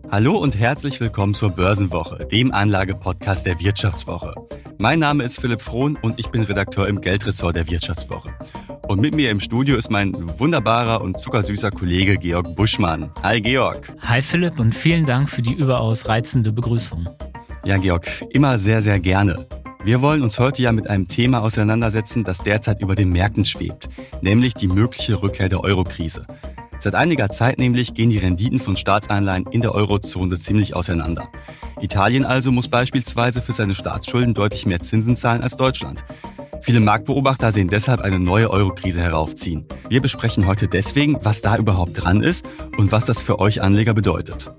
Hallo und herzlich willkommen zur Börsenwoche, dem Anlagepodcast der Wirtschaftswoche. Mein Name ist Philipp Frohn und ich bin Redakteur im Geldressort der Wirtschaftswoche. Und mit mir im Studio ist mein wunderbarer und zuckersüßer Kollege Georg Buschmann. Hi Georg. Hi Philipp und vielen Dank für die überaus reizende Begrüßung. Ja Georg, immer sehr, sehr gerne. Wir wollen uns heute ja mit einem Thema auseinandersetzen, das derzeit über den Märkten schwebt, nämlich die mögliche Rückkehr der Eurokrise. Seit einiger Zeit nämlich gehen die Renditen von Staatsanleihen in der Eurozone ziemlich auseinander. Italien also muss beispielsweise für seine Staatsschulden deutlich mehr Zinsen zahlen als Deutschland. Viele Marktbeobachter sehen deshalb eine neue Eurokrise heraufziehen. Wir besprechen heute deswegen, was da überhaupt dran ist und was das für euch Anleger bedeutet.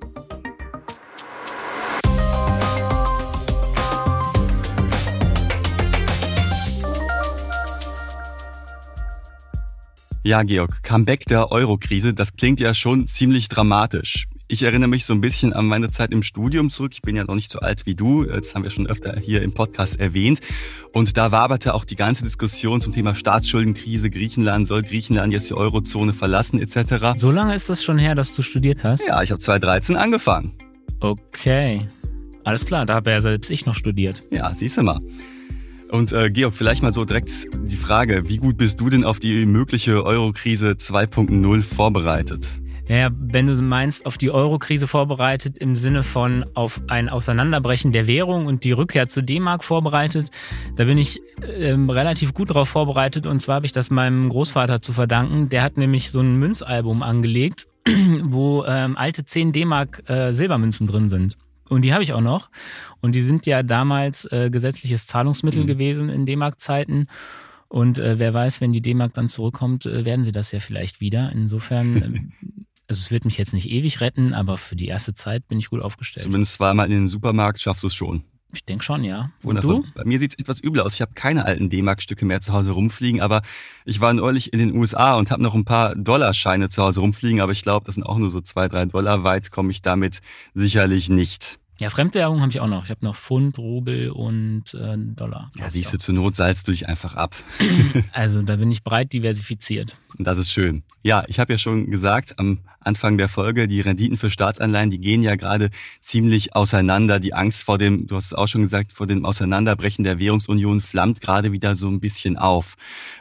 Ja, Georg, Comeback der Euro-Krise, das klingt ja schon ziemlich dramatisch. Ich erinnere mich so ein bisschen an meine Zeit im Studium zurück. Ich bin ja noch nicht so alt wie du. Das haben wir schon öfter hier im Podcast erwähnt. Und da waberte auch die ganze Diskussion zum Thema Staatsschuldenkrise. Soll Griechenland jetzt die Eurozone verlassen etc. So lange ist das schon her, dass du studiert hast? Ja, ich habe 2013 angefangen. Okay, alles klar, da habe ja selbst ich noch studiert. Ja, siehst du mal. Und Georg, vielleicht mal so direkt die Frage, wie gut bist du denn auf die mögliche Eurokrise 2.0 vorbereitet? Ja, wenn du meinst, auf die Eurokrise vorbereitet im Sinne von auf ein Auseinanderbrechen der Währung und die Rückkehr zur D-Mark vorbereitet, da bin ich relativ gut drauf vorbereitet. Und zwar habe ich das meinem Großvater zu verdanken. Der hat nämlich so ein Münzalbum angelegt, wo alte 10 D-Mark Silbermünzen drin sind. Und die habe ich auch noch. Und die sind ja damals gesetzliches Zahlungsmittel gewesen in D-Mark-Zeiten. Und wer weiß, wenn die D-Mark dann zurückkommt, werden sie das ja vielleicht wieder. Insofern, also es wird mich jetzt nicht ewig retten, aber für die erste Zeit bin ich gut aufgestellt. Zumindest zweimal in den Supermarkt schaffst du es schon. Ich denke schon, ja. Und du? Bei mir sieht es etwas übel aus. Ich habe keine alten D-Mark-Stücke mehr zu Hause rumfliegen, aber ich war neulich in den USA und habe noch ein paar Dollarscheine zu Hause rumfliegen, aber ich glaube, das sind auch nur so 2-3 Dollar. Weit komme ich damit sicherlich nicht. Ja, Fremdwährung habe ich auch noch. Ich habe noch Pfund, Rubel und Dollar. Ja, siehst du, zur Not salzt du dich einfach ab. Also da bin ich breit diversifiziert. Und das ist schön. Ja, ich habe ja schon gesagt am Anfang der Folge, die Renditen für Staatsanleihen, die gehen ja gerade ziemlich auseinander. Die Angst vor dem, du hast es auch schon gesagt, vor dem Auseinanderbrechen der Währungsunion flammt gerade wieder so ein bisschen auf.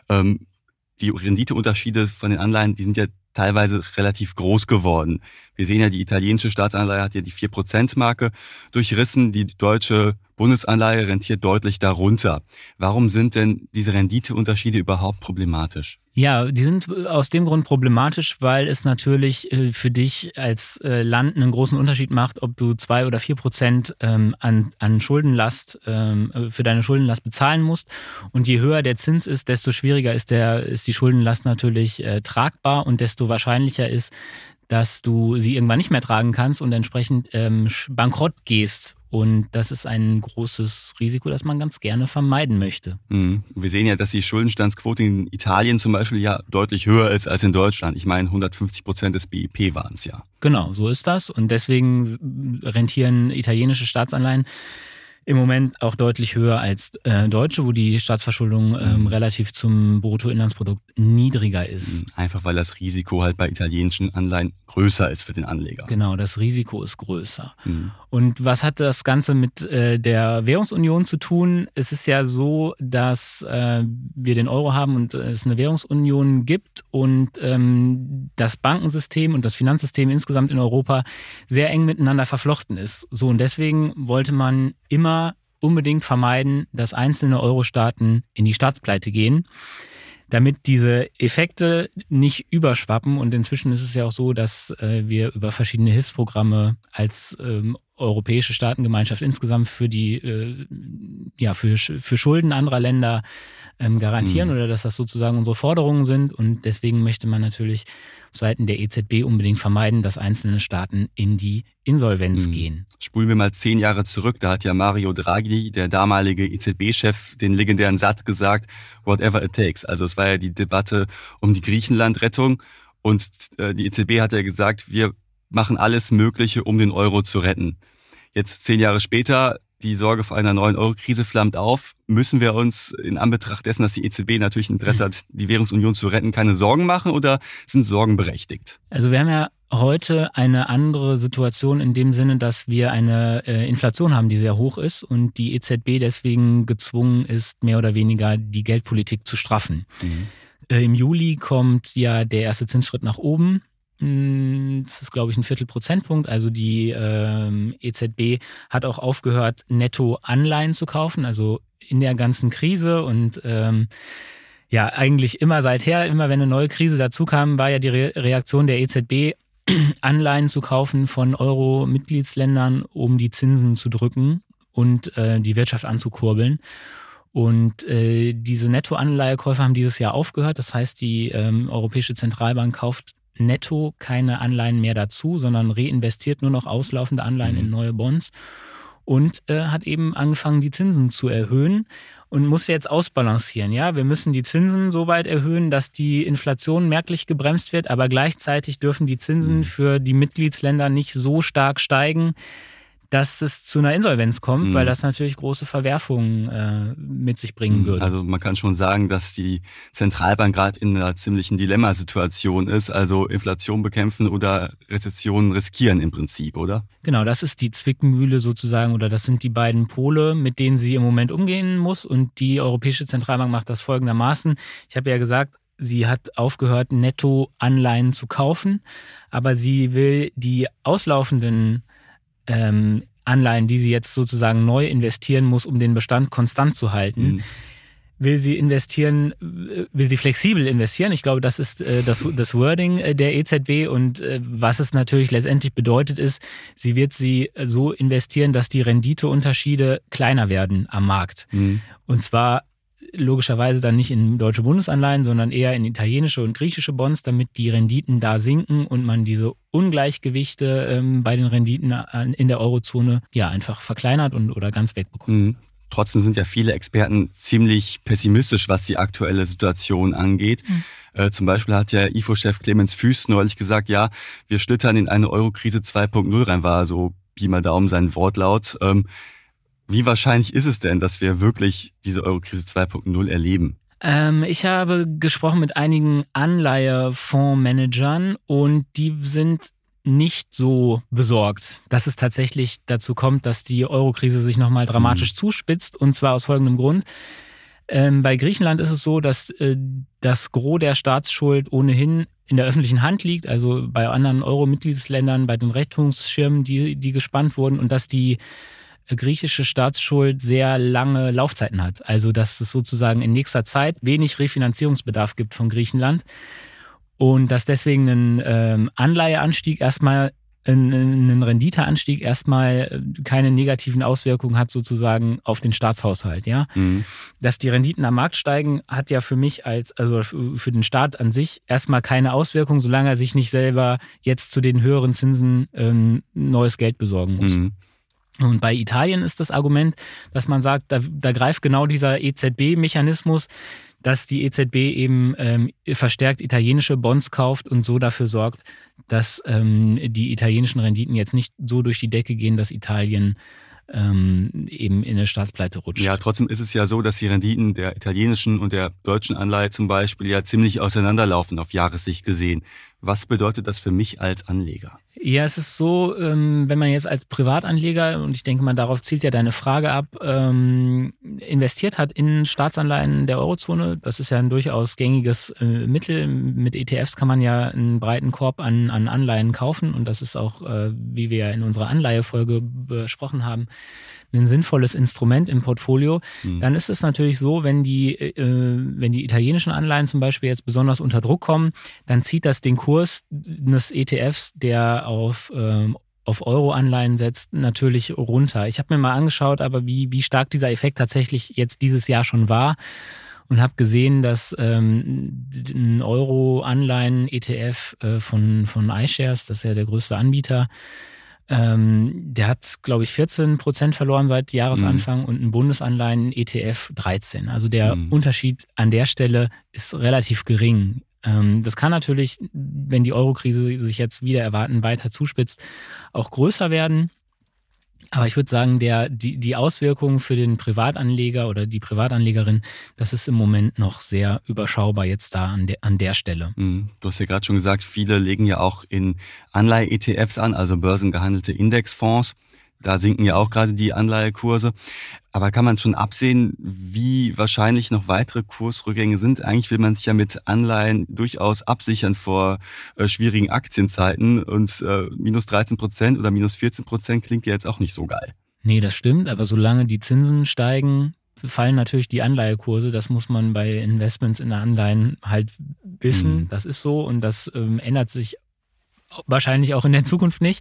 Die Renditeunterschiede von den Anleihen, die sind ja teilweise relativ groß geworden. Wir sehen ja, die italienische Staatsanleihe hat ja die 4%-Marke durchrissen. Die deutsche Bundesanleihe rentiert deutlich darunter. Warum sind denn diese Renditeunterschiede überhaupt problematisch? Ja, die sind aus dem Grund problematisch, weil es natürlich für dich als Land einen großen Unterschied macht, ob du 2 oder 4% an Schuldenlast für deine Schuldenlast bezahlen musst. Und je höher der Zins ist, desto schwieriger ist die Schuldenlast natürlich tragbar und desto wahrscheinlicher ist, dass du sie irgendwann nicht mehr tragen kannst und entsprechend bankrott gehst. Und das ist ein großes Risiko, das man ganz gerne vermeiden möchte. Wir sehen ja, dass die Schuldenstandsquote in Italien zum Beispiel ja deutlich höher ist als in Deutschland. Ich meine, 150% des BIP waren es ja. Genau, so ist das. Und deswegen rentieren italienische Staatsanleihen im Moment auch deutlich höher als deutsche, wo die Staatsverschuldung relativ zum Bruttoinlandsprodukt niedriger ist. Einfach weil das Risiko halt bei italienischen Anleihen größer ist für den Anleger. Genau, das Risiko ist größer. Und was hat das Ganze mit der Währungsunion zu tun? Es ist ja so, dass wir den Euro haben und es eine Währungsunion gibt und das Bankensystem und das Finanzsystem insgesamt in Europa sehr eng miteinander verflochten ist. So, und deswegen wollte man immer unbedingt vermeiden, dass einzelne Euro-Staaten in die Staatspleite gehen, damit diese Effekte nicht überschwappen. Und inzwischen ist es ja auch so, dass wir über verschiedene Hilfsprogramme als europäische Staatengemeinschaft insgesamt für die für Schulden anderer Länder garantieren oder dass das sozusagen unsere Forderungen sind. Und deswegen möchte man natürlich auf Seiten der EZB unbedingt vermeiden, dass einzelne Staaten in die Insolvenz gehen. Spulen wir mal 10 Jahre zurück. Da hat ja Mario Draghi, der damalige EZB-Chef, den legendären Satz gesagt, whatever it takes. Also es war ja die Debatte um die Griechenland-Rettung und die EZB hat ja gesagt, wir machen alles Mögliche, um den Euro zu retten. Jetzt 10 Jahre später die Sorge vor einer neuen Euro-Krise flammt auf. Müssen wir uns in Anbetracht dessen, dass die EZB natürlich Interesse hat, die Währungsunion zu retten, keine Sorgen machen oder sind Sorgen berechtigt? Also wir haben ja heute eine andere Situation in dem Sinne, dass wir eine Inflation haben, die sehr hoch ist und die EZB deswegen gezwungen ist, mehr oder weniger die Geldpolitik zu straffen. Im Juli kommt ja der erste Zinsschritt nach oben. Das ist, glaube ich, ein Viertelprozentpunkt. Also die EZB hat auch aufgehört, netto Anleihen zu kaufen, also in der ganzen Krise. Und eigentlich immer seither, immer wenn eine neue Krise dazu kam, war ja die Reaktion der EZB, Anleihen zu kaufen von Euro-Mitgliedsländern, um die Zinsen zu drücken und die Wirtschaft anzukurbeln. Und diese Nettoanleihekäufe haben dieses Jahr aufgehört. Das heißt, die Europäische Zentralbank kauft netto keine Anleihen mehr dazu, sondern reinvestiert nur noch auslaufende Anleihen in neue Bonds und hat eben angefangen, die Zinsen zu erhöhen und muss jetzt ausbalancieren. Ja, wir müssen die Zinsen so weit erhöhen, dass die Inflation merklich gebremst wird, aber gleichzeitig dürfen die Zinsen für die Mitgliedsländer nicht so stark steigen, dass es zu einer Insolvenz kommt, weil das natürlich große Verwerfungen mit sich bringen würde. Also man kann schon sagen, dass die Zentralbank gerade in einer ziemlichen Dilemmasituation ist, also Inflation bekämpfen oder Rezession riskieren im Prinzip, oder? Genau, das ist die Zwickmühle sozusagen, oder das sind die beiden Pole, mit denen sie im Moment umgehen muss, und die Europäische Zentralbank macht das folgendermaßen. Ich habe ja gesagt, sie hat aufgehört, netto Anleihen zu kaufen, aber sie will die auslaufenden Anleihen, die sie jetzt sozusagen neu investieren muss, um den Bestand konstant zu halten. Will sie flexibel investieren? Ich glaube, das ist das Wording der EZB, und was es natürlich letztendlich bedeutet ist, sie wird sie so investieren, dass die Renditeunterschiede kleiner werden am Markt. Und zwar logischerweise dann nicht in deutsche Bundesanleihen, sondern eher in italienische und griechische Bonds, damit die Renditen da sinken und man diese Ungleichgewichte bei den Renditen in der Eurozone einfach verkleinert oder ganz wegbekommt. Trotzdem sind ja viele Experten ziemlich pessimistisch, was die aktuelle Situation angeht. Zum Beispiel hat ja IFO-Chef Clemens Fuess neulich gesagt, ja, wir schlittern in eine Eurokrise 2.0 rein, war so Pi mal Daumen sein Wortlaut. Wie wahrscheinlich ist es denn, dass wir wirklich diese Eurokrise 2.0 erleben? Ich habe gesprochen mit einigen Anleihefondsmanagern und die sind nicht so besorgt, dass es tatsächlich dazu kommt, dass die Eurokrise sich nochmal dramatisch zuspitzt, und zwar aus folgendem Grund. Bei Griechenland ist es so, dass das Gros der Staatsschuld ohnehin in der öffentlichen Hand liegt, also bei anderen Euro-Mitgliedsländern, bei den Rettungsschirmen, die gespannt wurden, und dass die griechische Staatsschuld sehr lange Laufzeiten hat. Also dass es sozusagen in nächster Zeit wenig Refinanzierungsbedarf gibt von Griechenland und dass deswegen ein Anleiheanstieg erstmal, ein Renditeanstieg erstmal keine negativen Auswirkungen hat sozusagen auf den Staatshaushalt. Ja, dass die Renditen am Markt steigen, hat ja für mich für den Staat an sich erstmal keine Auswirkung, solange er sich nicht selber jetzt zu den höheren Zinsen neues Geld besorgen muss. Und bei Italien ist das Argument, dass man sagt, da greift genau dieser EZB-Mechanismus, dass die EZB eben verstärkt italienische Bonds kauft und so dafür sorgt, dass die italienischen Renditen jetzt nicht so durch die Decke gehen, dass Italien eben in eine Staatspleite rutscht. Ja, trotzdem ist es ja so, dass die Renditen der italienischen und der deutschen Anleihe zum Beispiel ja ziemlich auseinanderlaufen auf Jahressicht gesehen. Was bedeutet das für mich als Anleger? Ja, es ist so, wenn man jetzt als Privatanleger, und ich denke mal, darauf zielt ja deine Frage ab, investiert hat in Staatsanleihen der Eurozone, das ist ja ein durchaus gängiges Mittel. Mit ETFs kann man ja einen breiten Korb an Anleihen kaufen, und das ist auch, wie wir ja in unserer Anleihefolge besprochen haben, ein sinnvolles Instrument im Portfolio. Dann ist es natürlich so, wenn die italienischen Anleihen zum Beispiel jetzt besonders unter Druck kommen, dann zieht das den Kurs des ETFs, der auf Euro-Anleihen setzt, natürlich runter. Ich habe mir mal angeschaut, aber wie stark dieser Effekt tatsächlich jetzt dieses Jahr schon war, und habe gesehen, dass ein Euro-Anleihen-ETF von iShares, das ist ja der größte Anbieter, der hat, glaube ich, 14% verloren seit Jahresanfang und ein Bundesanleihen-ETF 13%. Also der Unterschied an der Stelle ist relativ gering. Das kann natürlich, wenn die Eurokrise sich jetzt wieder erwarten weiter zuspitzt, auch größer werden. Aber ich würde sagen, die Auswirkungen für den Privatanleger oder die Privatanlegerin, das ist im Moment noch sehr überschaubar jetzt da an der Stelle. Du hast ja gerade schon gesagt, viele legen ja auch in Anleihe-ETFs an, also börsengehandelte Indexfonds. Da sinken ja auch gerade die Anleihekurse. Aber kann man schon absehen, wie wahrscheinlich noch weitere Kursrückgänge sind? Eigentlich will man sich ja mit Anleihen durchaus absichern vor schwierigen Aktienzeiten. Und minus 13% oder minus 14% klingt ja jetzt auch nicht so geil. Nee, das stimmt. Aber solange die Zinsen steigen, fallen natürlich die Anleihekurse. Das muss man bei Investments in Anleihen halt wissen. Das ist so und das ändert sich wahrscheinlich auch in der Zukunft nicht.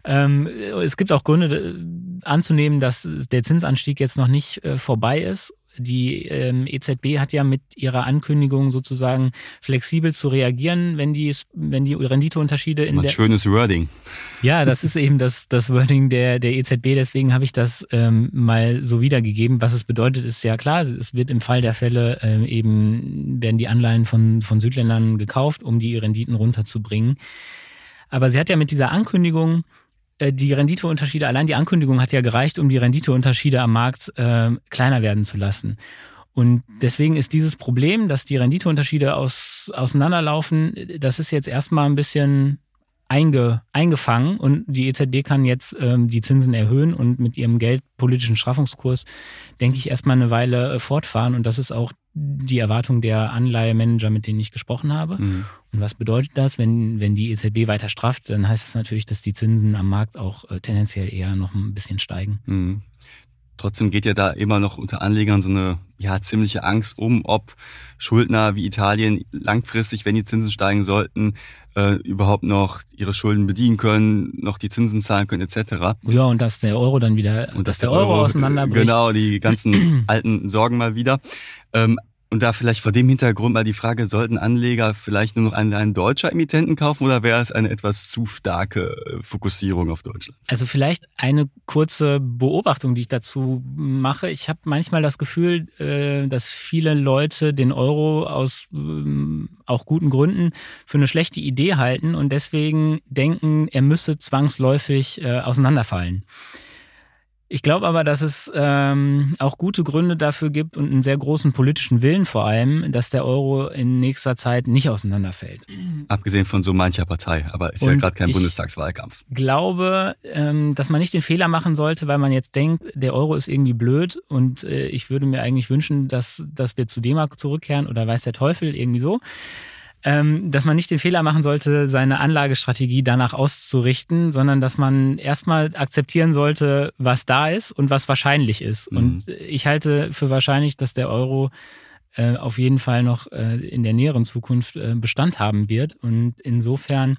Es gibt auch Gründe anzunehmen, dass der Zinsanstieg jetzt noch nicht vorbei ist. Die EZB hat ja mit ihrer Ankündigung sozusagen flexibel zu reagieren, wenn die Renditeunterschiede in der... schönes Wording. Ja, das ist eben das Wording der EZB, deswegen habe ich das mal so wiedergegeben. Was es bedeutet, ist ja klar, es wird im Fall der Fälle werden die Anleihen von Südländern gekauft, um die Renditen runterzubringen. Aber sie hat ja mit dieser Ankündigung die Renditeunterschiede, allein die Ankündigung hat ja gereicht, um die Renditeunterschiede am Markt kleiner werden zu lassen. Und deswegen ist dieses Problem, dass die Renditeunterschiede auseinanderlaufen, das ist jetzt erstmal ein bisschen eingefangen und die EZB kann jetzt die Zinsen erhöhen und mit ihrem geldpolitischen Straffungskurs, denke ich, erstmal eine Weile fortfahren. Und das ist auch die Erwartung der Anleihemanager, mit denen ich gesprochen habe. Und was bedeutet das? Wenn die EZB weiter strafft, dann heißt das natürlich, dass die Zinsen am Markt auch tendenziell eher noch ein bisschen steigen. Trotzdem geht ja da immer noch unter Anlegern so eine ziemliche Angst ob Schuldner wie Italien langfristig, wenn die Zinsen steigen sollten, überhaupt noch ihre Schulden bedienen können, noch die Zinsen zahlen können etc. Ja, und dass der Euro dann wieder, dass der Euro auseinanderbricht. Genau, die ganzen alten Sorgen mal wieder. Und da vielleicht vor dem Hintergrund mal die Frage, sollten Anleger vielleicht nur noch Anleihen deutscher Emittenten kaufen oder wäre es eine etwas zu starke Fokussierung auf Deutschland? Also vielleicht eine kurze Beobachtung, die ich dazu mache. Ich habe manchmal das Gefühl, dass viele Leute den Euro aus auch guten Gründen für eine schlechte Idee halten und deswegen denken, er müsse zwangsläufig auseinanderfallen. Ich glaube aber, dass es auch gute Gründe dafür gibt und einen sehr großen politischen Willen vor allem, dass der Euro in nächster Zeit nicht auseinanderfällt. Abgesehen von so mancher Partei, aber ist ja gerade kein Bundestagswahlkampf. Ich glaube, dass man nicht den Fehler machen sollte, weil man jetzt denkt, der Euro ist irgendwie blöd und ich würde mir eigentlich wünschen, dass wir zu D-Mark zurückkehren oder weiß der Teufel, irgendwie so. Dass man nicht den Fehler machen sollte, seine Anlagestrategie danach auszurichten, sondern dass man erstmal akzeptieren sollte, was da ist und was wahrscheinlich ist. Und ich halte für wahrscheinlich, dass der Euro auf jeden Fall noch in der näheren Zukunft Bestand haben wird. Und insofern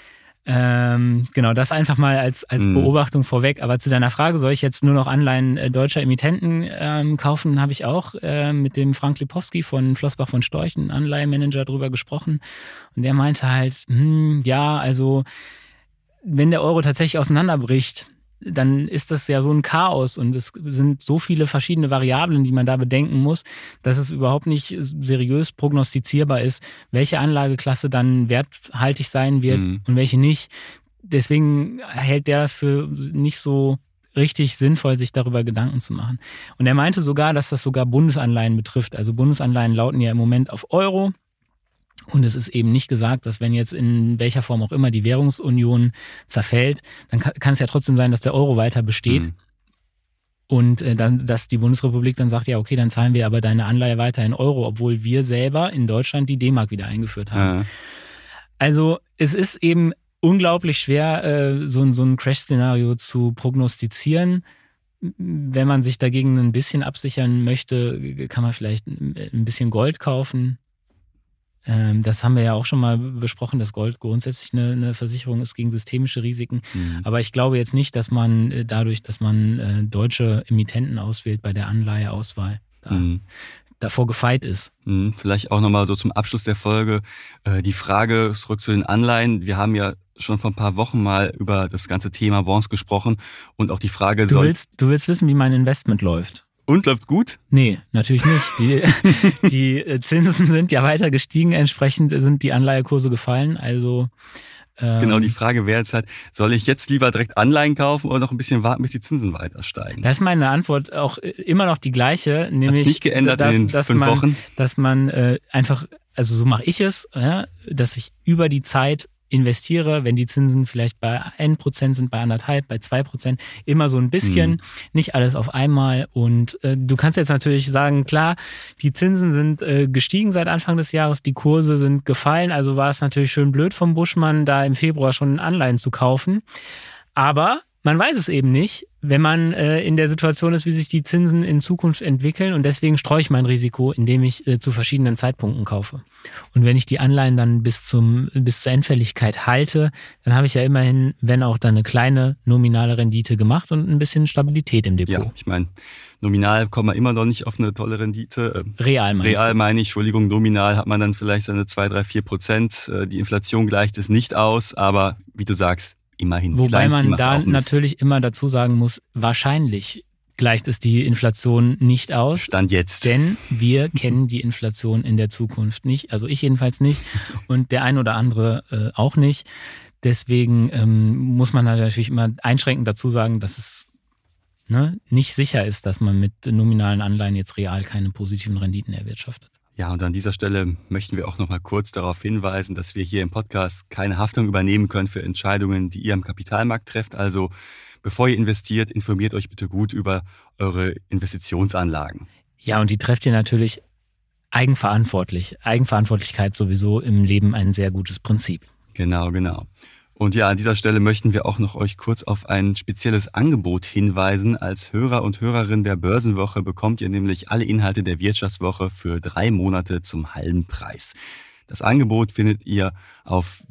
genau, das einfach mal als Beobachtung vorweg. Aber zu deiner Frage, soll ich jetzt nur noch Anleihen deutscher Emittenten kaufen, habe ich auch mit dem Frank Lipowski von Flossbach von Storch, einem Anleihemanager, drüber gesprochen. Und der meinte halt, also wenn der Euro tatsächlich auseinanderbricht, dann ist das ja so ein Chaos und es sind so viele verschiedene Variablen, die man da bedenken muss, dass es überhaupt nicht seriös prognostizierbar ist, welche Anlageklasse dann werthaltig sein wird und welche nicht. Deswegen hält der das für nicht so richtig sinnvoll, sich darüber Gedanken zu machen. Und er meinte sogar, dass das sogar Bundesanleihen betrifft. Also Bundesanleihen lauten ja im Moment auf Euro. Und es ist eben nicht gesagt, dass wenn jetzt in welcher Form auch immer die Währungsunion zerfällt, dann kann es ja trotzdem sein, dass der Euro weiter besteht. Und dann, dass die Bundesrepublik dann sagt, ja okay, dann zahlen wir aber deine Anleihe weiter in Euro, obwohl wir selber in Deutschland die D-Mark wieder eingeführt haben. Also es ist eben unglaublich schwer, so ein Crash-Szenario zu prognostizieren. Wenn man sich dagegen ein bisschen absichern möchte, kann man vielleicht ein bisschen Gold kaufen. Das haben wir ja auch schon mal besprochen, dass Gold grundsätzlich eine Versicherung ist gegen systemische Risiken. Aber ich glaube jetzt nicht, dass man dadurch, dass man deutsche Emittenten auswählt bei der Anleiheauswahl, davor gefeit ist. Vielleicht auch nochmal so zum Abschluss der Folge die Frage zurück zu den Anleihen. Wir haben ja schon vor ein paar Wochen mal über das ganze Thema Bonds gesprochen und auch die Frage... Du willst wissen, wie mein Investment läuft. Und läuft gut? Nee, natürlich nicht. Die Zinsen sind ja weiter gestiegen, entsprechend sind die Anleihekurse gefallen. Also Genau, die Frage wäre jetzt halt, soll ich jetzt lieber direkt Anleihen kaufen oder noch ein bisschen warten, bis die Zinsen weiter steigen? Da ist meine Antwort auch immer noch die gleiche, nämlich hat's nicht geändert in den 5 Wochen? Dass man einfach, also so mache ich es, ja, dass ich über die Zeit investiere, wenn die Zinsen vielleicht bei 1% sind, bei 1,5%, bei 2%, immer so ein bisschen, nicht alles auf einmal. Und du kannst jetzt natürlich sagen, klar, die Zinsen sind gestiegen seit Anfang des Jahres, die Kurse sind gefallen, also war es natürlich schön blöd vom Buschmann, da im Februar schon Anleihen zu kaufen. Aber man weiß es eben nicht, wenn man in der Situation ist, wie sich die Zinsen in Zukunft entwickeln, und deswegen streue ich mein Risiko, indem ich zu verschiedenen Zeitpunkten kaufe. Und wenn ich die Anleihen dann bis zur Endfälligkeit halte, dann habe ich ja immerhin, wenn auch dann eine kleine nominale Rendite gemacht und ein bisschen Stabilität im Depot. Ja, ich meine, nominal kommt man immer noch nicht auf eine tolle Rendite. Real meine ich, Entschuldigung, nominal hat man dann vielleicht seine 2, 3, 4%. Die Inflation gleicht es nicht aus, aber wie du sagst, immerhin. Wobei man da natürlich immer dazu sagen muss, wahrscheinlich gleicht es die Inflation nicht aus. Stand jetzt. Denn wir kennen die Inflation in der Zukunft nicht. Also ich jedenfalls nicht und der ein oder andere auch nicht. Deswegen muss man natürlich immer einschränkend dazu sagen, dass es nicht sicher ist, dass man mit nominalen Anleihen jetzt real keine positiven Renditen erwirtschaftet. Ja, und an dieser Stelle möchten wir auch noch mal kurz darauf hinweisen, dass wir hier im Podcast keine Haftung übernehmen können für Entscheidungen, die ihr am Kapitalmarkt trefft. Also bevor ihr investiert, informiert euch bitte gut über eure Investitionsanlagen. Ja, und die trefft ihr natürlich eigenverantwortlich. Eigenverantwortlichkeit sowieso im Leben ein sehr gutes Prinzip. Genau. Und ja, an dieser Stelle möchten wir auch noch euch kurz auf ein spezielles Angebot hinweisen. Als Hörer und Hörerin der Börsenwoche bekommt ihr nämlich alle Inhalte der Wirtschaftswoche für 3 Monate zum halben Preis. Das Angebot findet ihr auf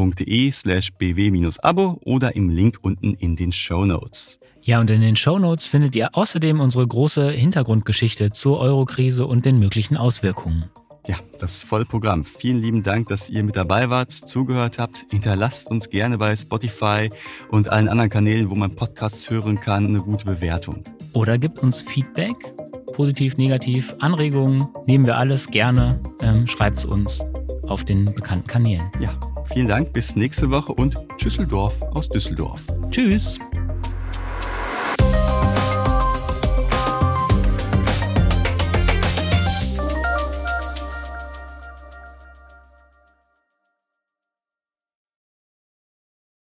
vivo.de/bw-abo oder im Link unten in den Shownotes. Ja, und in den Shownotes findet ihr außerdem unsere große Hintergrundgeschichte zur Eurokrise und den möglichen Auswirkungen. Ja, das Vollprogramm. Vielen lieben Dank, dass ihr mit dabei wart, zugehört habt. Hinterlasst uns gerne bei Spotify und allen anderen Kanälen, wo man Podcasts hören kann, eine gute Bewertung. Oder gebt uns Feedback, positiv, negativ, Anregungen, nehmen wir alles gerne. Schreibt's uns auf den bekannten Kanälen. Ja, vielen Dank, bis nächste Woche und Tschüsseldorf aus Düsseldorf. Tschüss.